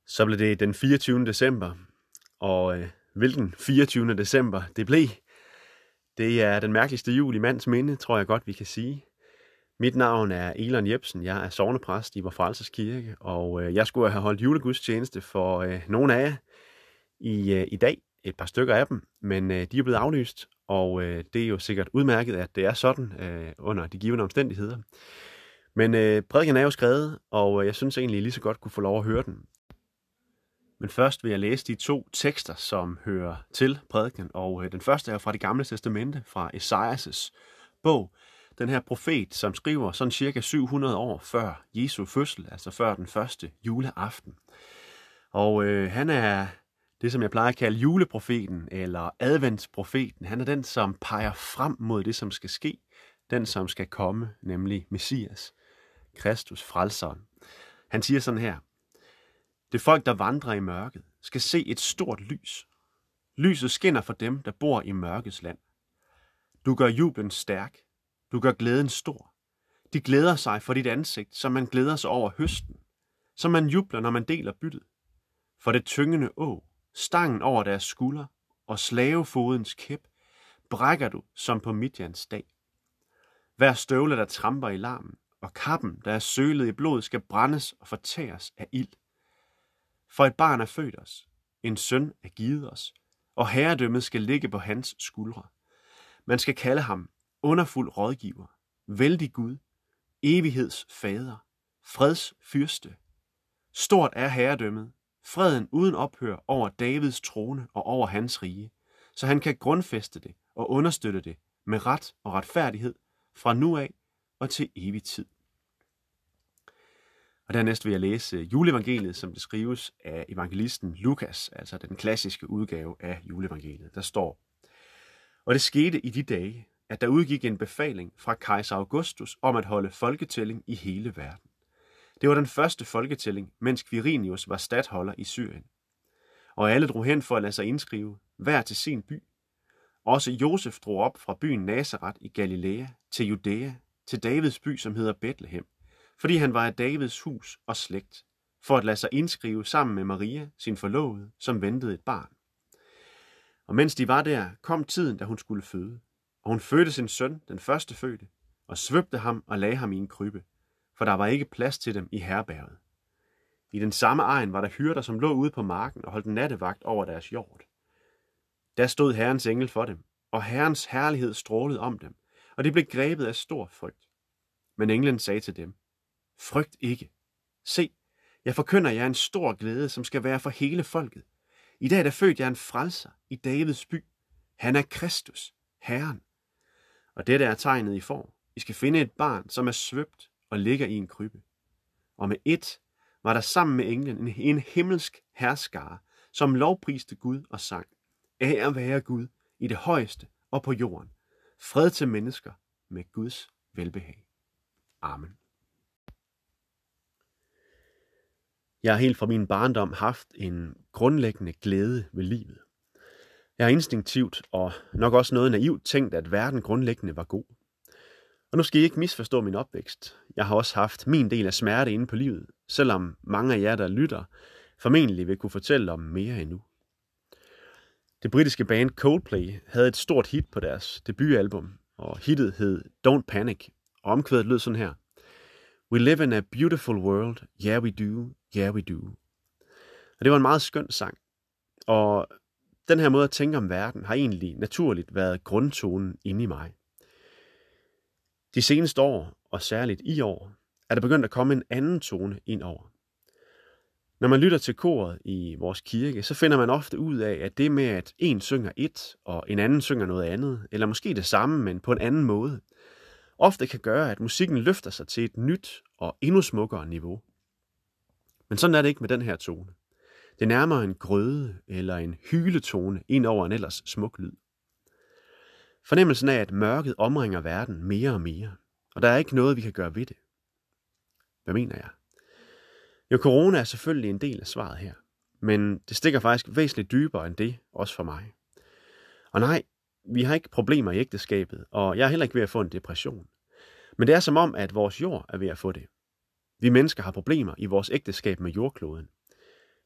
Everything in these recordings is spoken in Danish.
Så blev det den 24. december, og hvilken 24. december det blev, det er den mærkeligste jul i mands minde, tror jeg godt, vi kan sige. Mit navn er Elon Jebsen, jeg er sognepræst i Vor Frelsers Kirke, og jeg skulle have holdt julegudstjeneste for nogle af jer i dag, et par stykker af dem, men de er blevet aflyst, og det er jo sikkert udmærket, at det er sådan under de givne omstændigheder. Men prædiken er jo skrevet, og jeg synes egentlig, I lige så godt kunne få lov at høre den. Men først vil jeg læse de 2 tekster, som hører til prædiken, og den første er fra Det Gamle Testamente, fra Esajas' bog. Den her profet, som skriver sådan cirka 700 år før Jesu fødsel, altså før den første juleaften. Og han er det, som jeg plejer at kalde juleprofeten, eller adventsprofeten. Han er den, som peger frem mod det, som skal ske. Den, som skal komme, nemlig Messias, Kristus, frelseren. Han siger sådan her: Det folk, der vandrer i mørket, skal se et stort lys. Lyset skinner for dem, der bor i mørkets land. Du gør jublen stærk. Du gør glæden stor. De glæder sig for dit ansigt, som man glæder sig over høsten. Som man jubler, når man deler byttet. For det tyngende å, stangen over deres skulder og slavefodens kæp, brækker du som på Midjans dag. Hver støvle, der tramper i larmen, og kappen, der er sølet i blod, skal brændes og fortæres af ild. For et barn er født os, en søn er givet os, og herredømmet skal ligge på hans skuldre. Man skal kalde ham underfuld rådgiver, vældig Gud, evighedsfader, freds fyrste. Stort er herredømmet, freden uden ophør over Davids trone og over hans rige, så han kan grundfæste det og understøtte det med ret og retfærdighed fra nu af og til evig tid. Og dernæst vil jeg læse juleevangeliet, som det skrives af evangelisten Lukas, altså den klassiske udgave af juleevangeliet. Der står: Og det skete i de dage, at der udgik en befaling fra kejser Augustus om at holde folketælling i hele verden. Det var den første folketælling, mens Quirinius var statholder i Syrien. Og alle drog hen for at lade sig indskrive, hver til sin by. Også Josef drog op fra byen Nazaret i Galilea til Judæa, til Davids by, som hedder Betlehem, fordi han var af Davids hus og slægt, for at lade sig indskrive sammen med Maria, sin forlovede, som ventede et barn. Og mens de var der, kom tiden, da hun skulle føde. Og hun fødte sin søn, den førstefødte, og svøbte ham og lagde ham i en krybbe, for der var ikke plads til dem i herberget. I den samme egen var der hyrder, som lå ude på marken og holdt nattevagt over deres hjord. Der stod Herrens engel for dem, og Herrens herlighed strålede om dem, og de blev grebet af stor frygt. Men englen sagde til dem: Frygt ikke. Se, jeg forkynder jer en stor glæde, som skal være for hele folket. I dag der født jeg en frelser i Davids by. Han er Kristus, Herren. Og dette er tegnet, I får. I skal finde et barn, som er svøbt og ligger i en krybbe. Og med ét var der sammen med englen en himmelsk herskare, som lovpriste Gud og sang: Ære være Gud i det højeste og på jorden. Fred til mennesker med Guds velbehag. Amen. Jeg har helt fra min barndom haft en grundlæggende glæde ved livet. Jeg har instinktivt og nok også noget naivt tænkt, at verden grundlæggende var god. Og nu skal I ikke misforstå min opvækst. Jeg har også haft min del af smerte inde på livet, selvom mange af jer, der lytter, formentlig vil kunne fortælle om mere endnu. Det britiske band Coldplay havde et stort hit på deres debutalbum, og hittet hed Don't Panic, og omkvædet lød sådan her: We live in a beautiful world, yeah we do, yeah we do. Og det var en meget skøn sang, og den her måde at tænke om verden har egentlig naturligt været grundtonen inde i mig. De seneste år, og særligt i år, er der begyndt at komme en anden tone ind over. Når man lytter til koret i vores kirke, så finder man ofte ud af, at det med, at en synger et, og en anden synger noget andet, eller måske det samme, men på en anden måde, ofte kan gøre, at musikken løfter sig til et nyt og endnu smukkere niveau. Men sådan er det ikke med den her tone. Det er nærmere en grøde eller en hyletone ind over en ellers smuk lyd. Fornemmelsen af, at mørket omringer verden mere og mere, og der er ikke noget, vi kan gøre ved det. Hvad mener jeg? Jo, corona er selvfølgelig en del af svaret her, men det stikker faktisk væsentligt dybere end det, også for mig. Og nej, vi har ikke problemer i ægteskabet, og jeg er heller ikke ved at få en depression. Men det er som om, at vores jord er ved at få det. Vi mennesker har problemer i vores ægteskab med jordkloden.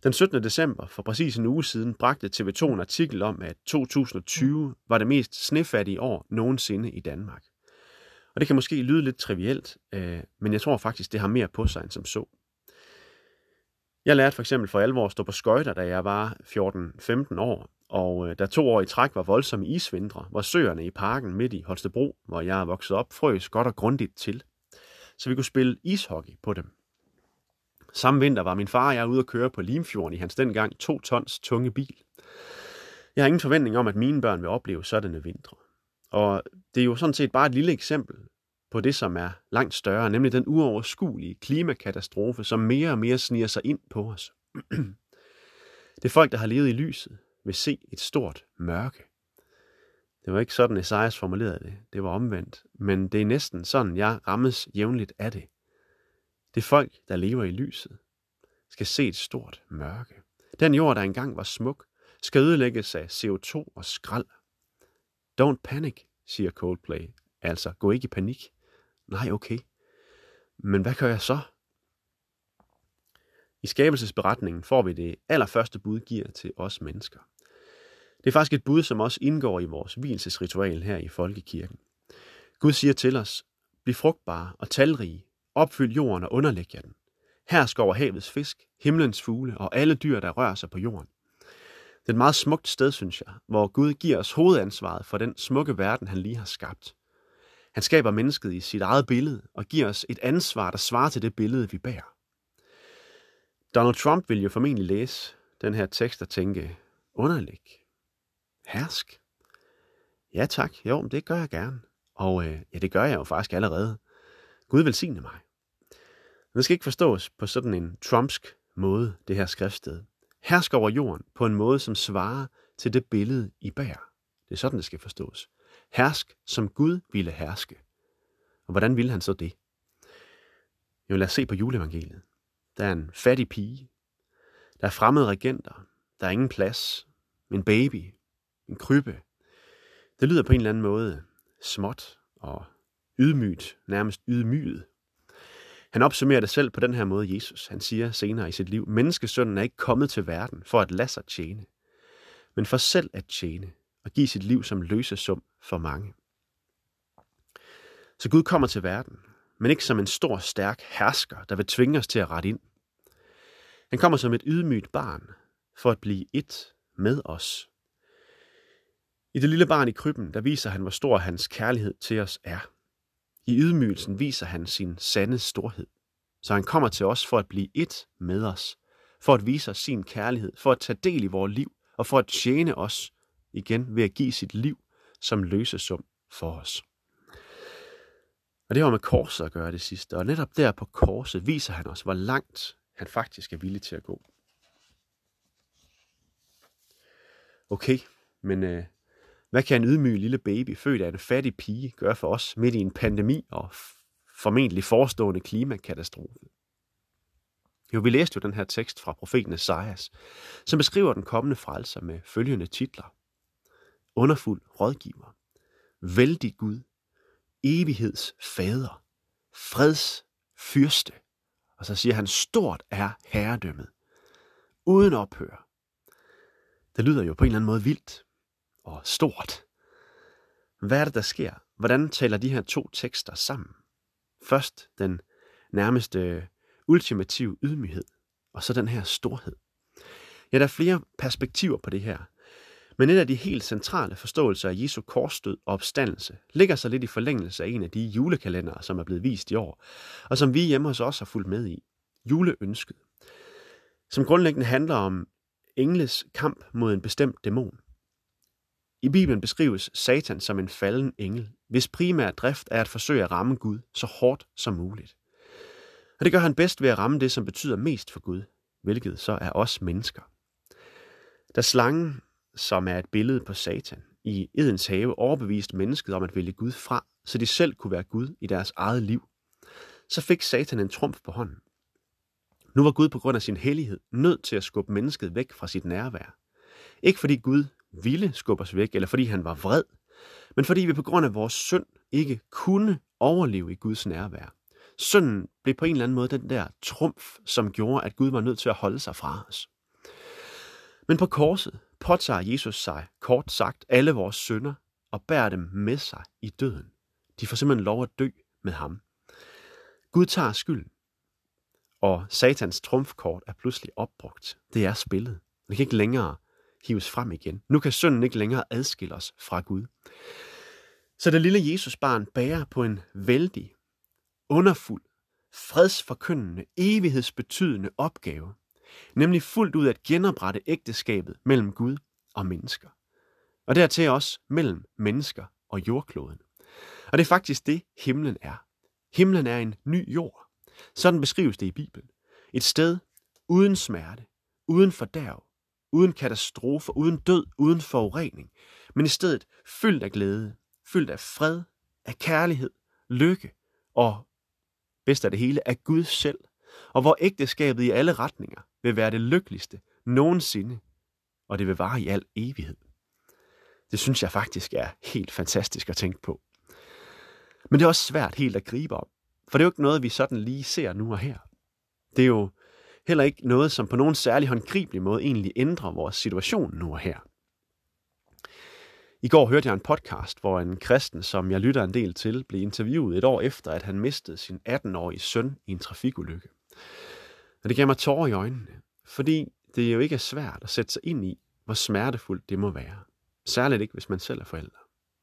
Den 17. december, for præcis en uge siden, bragte TV2 en artikel om, at 2020 var det mest snefattige år nogensinde i Danmark. Og det kan måske lyde lidt trivielt, men jeg tror faktisk, det har mere på sig end som så. Jeg lærte for eksempel for alvor at stå på skøjter, da jeg var 14-15 år, og da 2 år i træk var voldsomme isvintre, hvor søerne i parken midt i Holstebro, hvor jeg er vokset op, frøs godt og grundigt til, så vi kunne spille ishockey på dem. Samme vinter var min far og jeg ude at køre på Limfjorden i hans dengang 2 tons tunge bil. Jeg har ingen forventning om, at mine børn vil opleve sådanne vintre. Og det er jo sådan set bare et lille eksempel på det, som er langt større, nemlig den uoverskuelige klimakatastrofe, som mere og mere sniger sig ind på os. Det folk, der har levet i lyset, vil se et stort mørke. Det var ikke sådan, Esajas formulerede det. Det var omvendt. Men det er næsten sådan, jeg rammes jævnligt af det. Det folk, der lever i lyset, skal se et stort mørke. Den jord, der engang var smuk, skal ødelægges af CO2 og skrald. Don't panic, siger Coldplay. Altså, gå ikke i panik. Nej, okay. Men hvad gør jeg så? I skabelsesberetningen får vi det allerførste bud giver til os mennesker. Det er faktisk et bud, som også indgår i vores vielsesritual her i Folkekirken. Gud siger til os, bliv frugtbare og talrige, opfyld jorden og underlæg jer den. Hersk over havets fisk, himlens fugle og alle dyr, der rører sig på jorden. Det er et meget smukt sted, synes jeg, hvor Gud giver os hovedansvaret for den smukke verden, han lige har skabt. Han skaber mennesket i sit eget billede og giver os et ansvar, der svarer til det billede, vi bærer. Donald Trump vil jo formentlig læse den her tekst og tænke, underlæg, hersk. Ja tak, jo, det gør jeg gerne. Og ja, det gør jeg jo faktisk allerede. Gud velsigne mig. Det skal ikke forstås på sådan en trumpsk måde, det her skriftsted. Hersk over jorden på en måde, som svarer til det billede, I bærer. Det er sådan, det skal forstås. Hersk, som Gud ville herske. Og hvordan ville han så det? Jo, lad os se på juleevangeliet. Der er en fattig pige. Der er fremmede regenter. Der er ingen plads. En baby. En krybbe. Det lyder på en eller anden måde småt og ydmygt, nærmest ydmyget. Han opsummerer det selv på den her måde, Jesus. Han siger senere i sit liv, menneskesønnen er ikke kommet til verden for at lade sig tjene, men for selv at tjene og give sit liv som løsesum for mange. Så Gud kommer til verden, men ikke som en stor, stærk hersker, der vil tvinge os til at rette ind. Han kommer som et ydmygt barn for at blive et med os. I det lille barn i krybben, der viser han, hvor stor hans kærlighed til os er. I ydmygelsen viser han sin sande storhed. Så han kommer til os for at blive et med os, for at vise os sin kærlighed, for at tage del i vores liv, og for at tjene os igen ved at give sit liv som løsesum for os. Og det har med korset at gøre det sidste, og netop der på korset viser han os, hvor langt han faktisk er villig til at gå. Okay, men hvad kan en ydmyg lille baby, født af en fattig pige, gøre for os midt i en pandemi og formentlig forestående klimakatastrofe? Jo, vi læste jo den her tekst fra profeten Esajas, som beskriver den kommende frelser med følgende titler. Underfuld rådgiver, vældig Gud, evigheds fader, freds fyrste. Og så siger han, stort er herredømmet, uden ophør. Det lyder jo på en eller anden måde vildt og stort. Hvad er det, der sker? Hvordan taler de her 2 tekster sammen? Først den nærmeste ultimative ydmyghed, og så den her storhed. Ja, der er flere perspektiver på det her. Men en af de helt centrale forståelser af Jesu korsdød og opstandelse ligger så lidt i forlængelse af en af de julekalendere, som er blevet vist i år, og som vi hjemme hos os har fulgt med i. Juleønsket. Som grundlæggende handler om engles kamp mod en bestemt dæmon. I Bibelen beskrives Satan som en falden engel, hvis primære drift er at forsøge at ramme Gud så hårdt som muligt. Og det gør han bedst ved at ramme det, som betyder mest for Gud, hvilket så er os mennesker. Da slangen, som er et billede på Satan, i Edens have overbeviste mennesket om at vælge Gud fra, så de selv kunne være Gud i deres eget liv, så fik Satan en trumf på hånden. Nu var Gud på grund af sin hellighed nødt til at skubbe mennesket væk fra sit nærvær. Ikke fordi Gud ville skubbe os væk, eller fordi han var vred, men fordi vi på grund af vores synd ikke kunne overleve i Guds nærvær. Synden blev på en eller anden måde den der trumf, som gjorde, at Gud var nødt til at holde sig fra os. Men på korset påtager Jesus sig, kort sagt, alle vores synder og bærer dem med sig i døden. De får simpelthen lov at dø med ham. Gud tager skylden, og Satans trumfkort er pludselig opbrugt. Det er spillet. Det kan ikke længere hives frem igen. Nu kan synden ikke længere adskille os fra Gud. Så det lille Jesusbarn bærer på en vældig, underfuld, fredsforkyndende, evighedsbetydende opgave, nemlig fuldt ud at genoprette ægteskabet mellem Gud og mennesker. Og dertil også mellem mennesker og jordkloden. Og det er faktisk det, himlen er. Himlen er en ny jord. Sådan beskrives det i Bibelen. Et sted uden smerte, uden fordærv, uden katastrofer, uden død, uden forurening, men i stedet fyldt af glæde, fyldt af fred, af kærlighed, lykke og, bedst af det hele, af Gud selv, og hvor ægteskabet i alle retninger vil være det lykkeligste nogensinde, og det vil vare i al evighed. Det synes jeg faktisk er helt fantastisk at tænke på. Men det er også svært helt at gribe om, for det er jo ikke noget, vi sådan lige ser nu og her. Det er jo heller ikke noget, som på nogen særlig håndgribelig måde egentlig ændrer vores situation nu og her. I går hørte jeg en podcast, hvor en kristen, som jeg lytter en del til, blev interviewet et år efter, at han mistede sin 18-årige søn i en trafikulykke. Og det gav mig tårer i øjnene, fordi det jo ikke er svært at sætte sig ind i, hvor smertefuldt det må være. Særligt ikke, hvis man selv er forælder.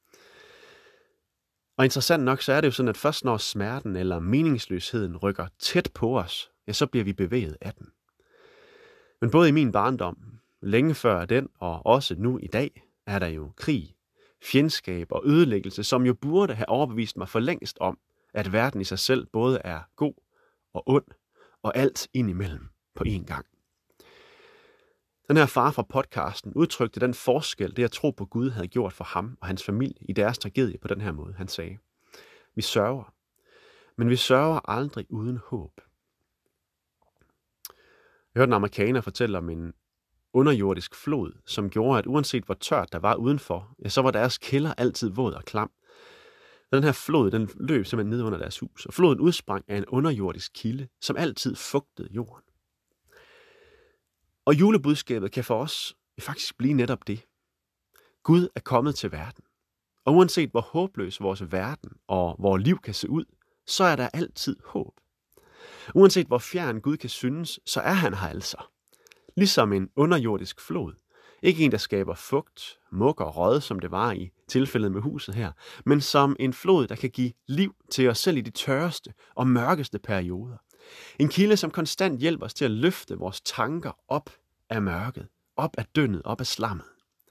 Og interessant nok, så er det jo sådan, at først når smerten eller meningsløsheden rykker tæt på os, ja, så bliver vi bevæget af den. Men både i min barndom, længe før den og også nu i dag, er der jo krig, fjendskab og ødelæggelse, som jo burde have overbevist mig for længst om, at verden i sig selv både er god og ond, og alt indimellem på én gang. Den her far fra podcasten udtrykte den forskel, det at tro på Gud havde gjort for ham og hans familie i deres tragedie på den her måde. Han sagde, vi sørger, men vi sørger aldrig uden håb. Jeg hørte en amerikaner fortælle om en underjordisk flod, som gjorde, at uanset hvor tørt der var udenfor, ja, så var deres kælder altid våd og klam. Den her flod, den løb simpelthen ned under deres hus, og floden udsprang af en underjordisk kilde, som altid fugtede jorden. Og julebudskabet kan for os faktisk blive netop det. Gud er kommet til verden. Og uanset hvor håbløs vores verden og vores liv kan se ud, så er der altid håb. Uanset hvor fjern Gud kan synes, så er han her altså. Ligesom en underjordisk flod. Ikke en, der skaber fugt, mug og råd, som det var i tilfældet med huset her, men som en flod, der kan give liv til os selv i de tørreste og mørkeste perioder. En kilde, som konstant hjælper os til at løfte vores tanker op af mørket, op af dyndet, op af slammet.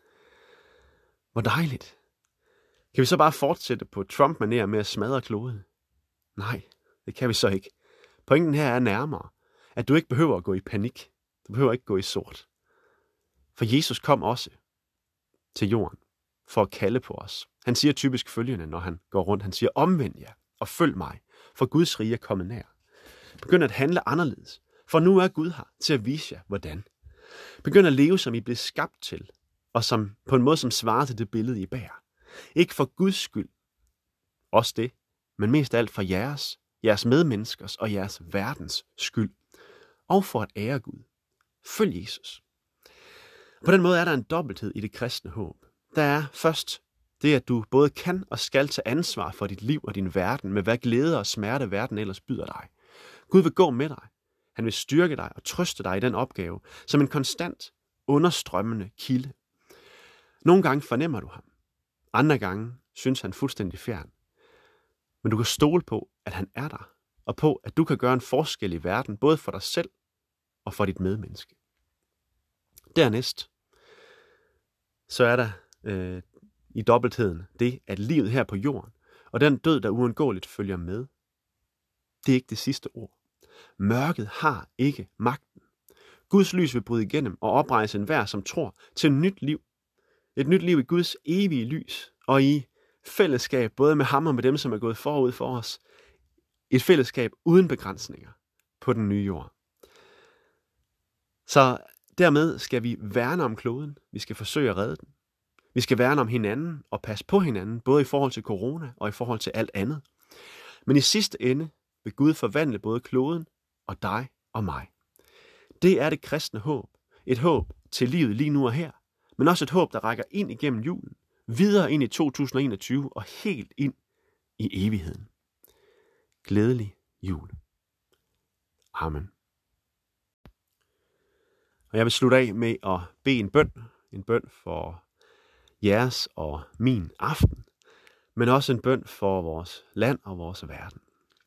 Hvor dejligt. Kan vi så bare fortsætte på Trump-manér med at smadre kloden? Nej, det kan vi så ikke. Pointen her er nærmere, at du ikke behøver at gå i panik. Du behøver ikke gå i sort. For Jesus kom også til jorden for at kalde på os. Han siger typisk følgende, når han går rundt. Han siger, omvend jer og følg mig, for Guds rige er kommet nær. Begynd at handle anderledes, for nu er Gud her til at vise jer, hvordan. Begynd at leve, som I blev skabt til, og som på en måde, som svarer til det billede, I bærer. Ikke for Guds skyld, også det, men mest af alt for jeres medmenneskers og jeres verdens skyld, og for at ære Gud. Følg Jesus. På den måde er der en dobbelthed i det kristne håb. Der er først det, at du både kan og skal tage ansvar for dit liv og din verden, med hvad glæde og smerte verden ellers byder dig. Gud vil gå med dig. Han vil styrke dig og trøste dig i den opgave, som en konstant, understrømmende kilde. Nogle gange fornemmer du ham. Andre gange synes han fuldstændig fjern. Men du kan stole på, at han er der, og på, at du kan gøre en forskel i verden, både for dig selv og for dit medmenneske. Dernæst, så er der i dobbeltheden det, at livet her på jorden, og den død, der uundgåeligt følger med, det er ikke det sidste ord. Mørket har ikke magten. Guds lys vil bryde igennem og oprejse enhver, som tror, til et nyt liv. Et nyt liv i Guds evige lys, og i fællesskab, både med ham og med dem, som er gået forud for os. Et fællesskab uden begrænsninger på den nye jord. Så dermed skal vi værne om kloden. Vi skal forsøge at redde den. Vi skal værne om hinanden og passe på hinanden, både i forhold til corona og i forhold til alt andet. Men i sidste ende vil Gud forvandle både kloden og dig og mig. Det er det kristne håb. Et håb, til livet lige nu og her, men også et håb, der rækker ind igennem julen, videre ind i 2021 og helt ind i evigheden. Glædelig jul. Amen. Og jeg vil slutte af med at bede en bøn for jeres og min aften, men også en bøn for vores land og vores verden.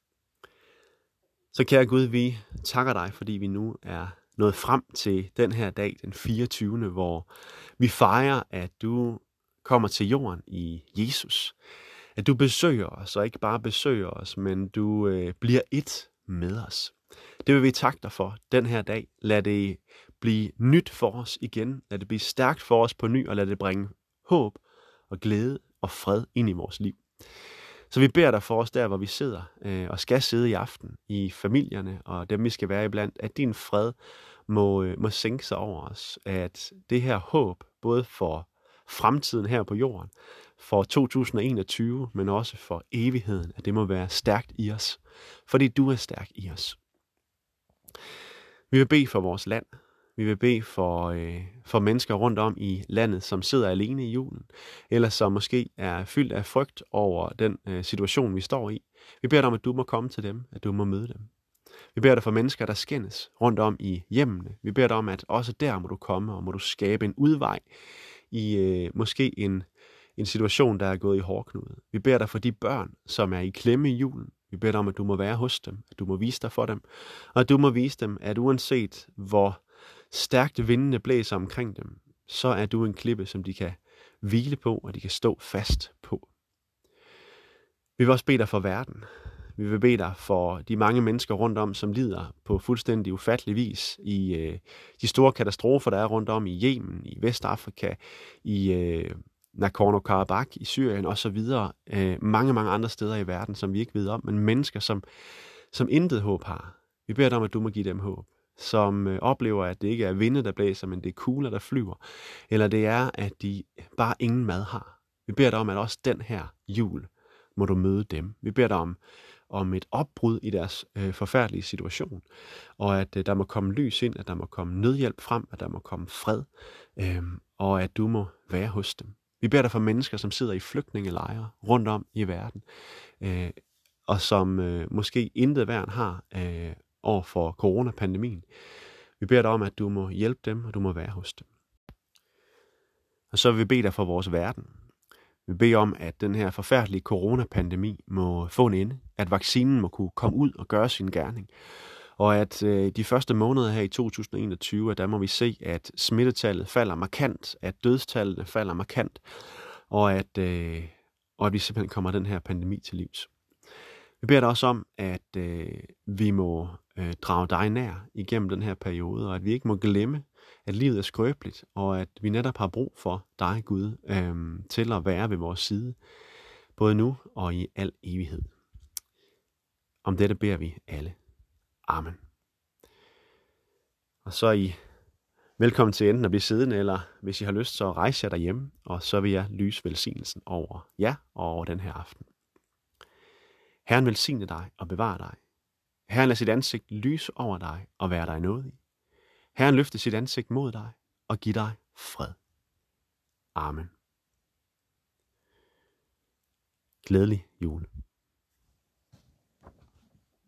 Så kære Gud, vi takker dig, fordi vi nu er nået frem til den her dag, den 24., hvor vi fejrer, at du kommer til jorden i Jesus. At du besøger os, og ikke bare besøger os, men du bliver et med os. Det vil vi takke dig for den her dag. Lad det blive nyt for os igen. Lad det blive stærkt for os på ny, og lad det bringe håb og glæde og fred ind i vores liv. Så vi beder dig for os der, hvor vi sidder og skal sidde i aften, i familierne og dem, vi skal være iblandt, at din fred må sænke sig over os. At det her håb, både for fremtiden her på jorden, for 2021, men også for evigheden, at det må være stærkt i os, fordi du er stærk i os. Vi vil bede for vores land. Vi vil bede for mennesker rundt om i landet, som sidder alene i julen, eller som måske er fyldt af frygt over den situation, vi står i. Vi beder dig om, at du må komme til dem, at du må møde dem. Vi beder dig for mennesker, der skændes rundt om i hjemmene. Vi beder dig om, at også der må du komme, og må du skabe en udvej i måske en situation, der er gået i hårdknude. Vi beder dig for de børn, som er i klemme i julen. Vi beder dig om, at du må være hos dem, at du må vise dig for dem, og at du må vise dem, at uanset hvor stærkt vindene blæser omkring dem, så er du en klippe, som de kan hvile på, og de kan stå fast på. Vi vil også bede dig for verden. Vi vil bede dig for de mange mennesker rundt om, som lider på fuldstændig ufattelig vis i de store katastrofer, der er rundt om i Yemen, i Vestafrika, i Nagorno-Karabakh, i Syrien osv. Mange, mange andre steder i verden, som vi ikke ved om, men mennesker, som intet håb har. Vi beder dig om, at du må give dem håb, som oplever, at det ikke er vinde, der blæser, men det er kugler, der flyver, eller det er, at de bare ingen mad har. Vi beder dig om, at også den her jul må du møde dem. Vi beder dig om et opbrud i deres forfærdelige situation, og at der må komme lys ind, at der må komme nødhjælp frem, at der må komme fred, og at du må være hos dem. Vi beder dig for mennesker, som sidder i flygtningelejre rundt om i verden, og som måske intet værn har over for coronapandemien. Vi beder dig om, at du må hjælpe dem, og du må være hos dem. Og så vil vi bede dig for vores verden. Vi beder om, at den her forfærdelige coronapandemi må få en ende, at vaccinen må kunne komme ud og gøre sin gerning, og at de første måneder her i 2021, at der må vi se, at smittetallet falder markant, at dødstallene falder markant, og at vi simpelthen kommer den her pandemi til livs. Vi beder dig også om, at vi må drage dig nær igennem den her periode, og at vi ikke må glemme, at livet er skrøbeligt, og at vi netop har brug for dig, Gud, til at være ved vores side, både nu og i al evighed. Om dette beder vi alle. Amen. Og så er I velkommen til enten at blive siddende, eller hvis I har lyst, så rejse jer derhjemme, og så vil jeg lyse velsignelsen over jer og over den her aften. Herren velsigne dig og bevare dig. Herren lader sit ansigt lyse over dig og være dig nådig. Herren løfter sit ansigt mod dig og giver dig fred. Amen. Glædelig jul.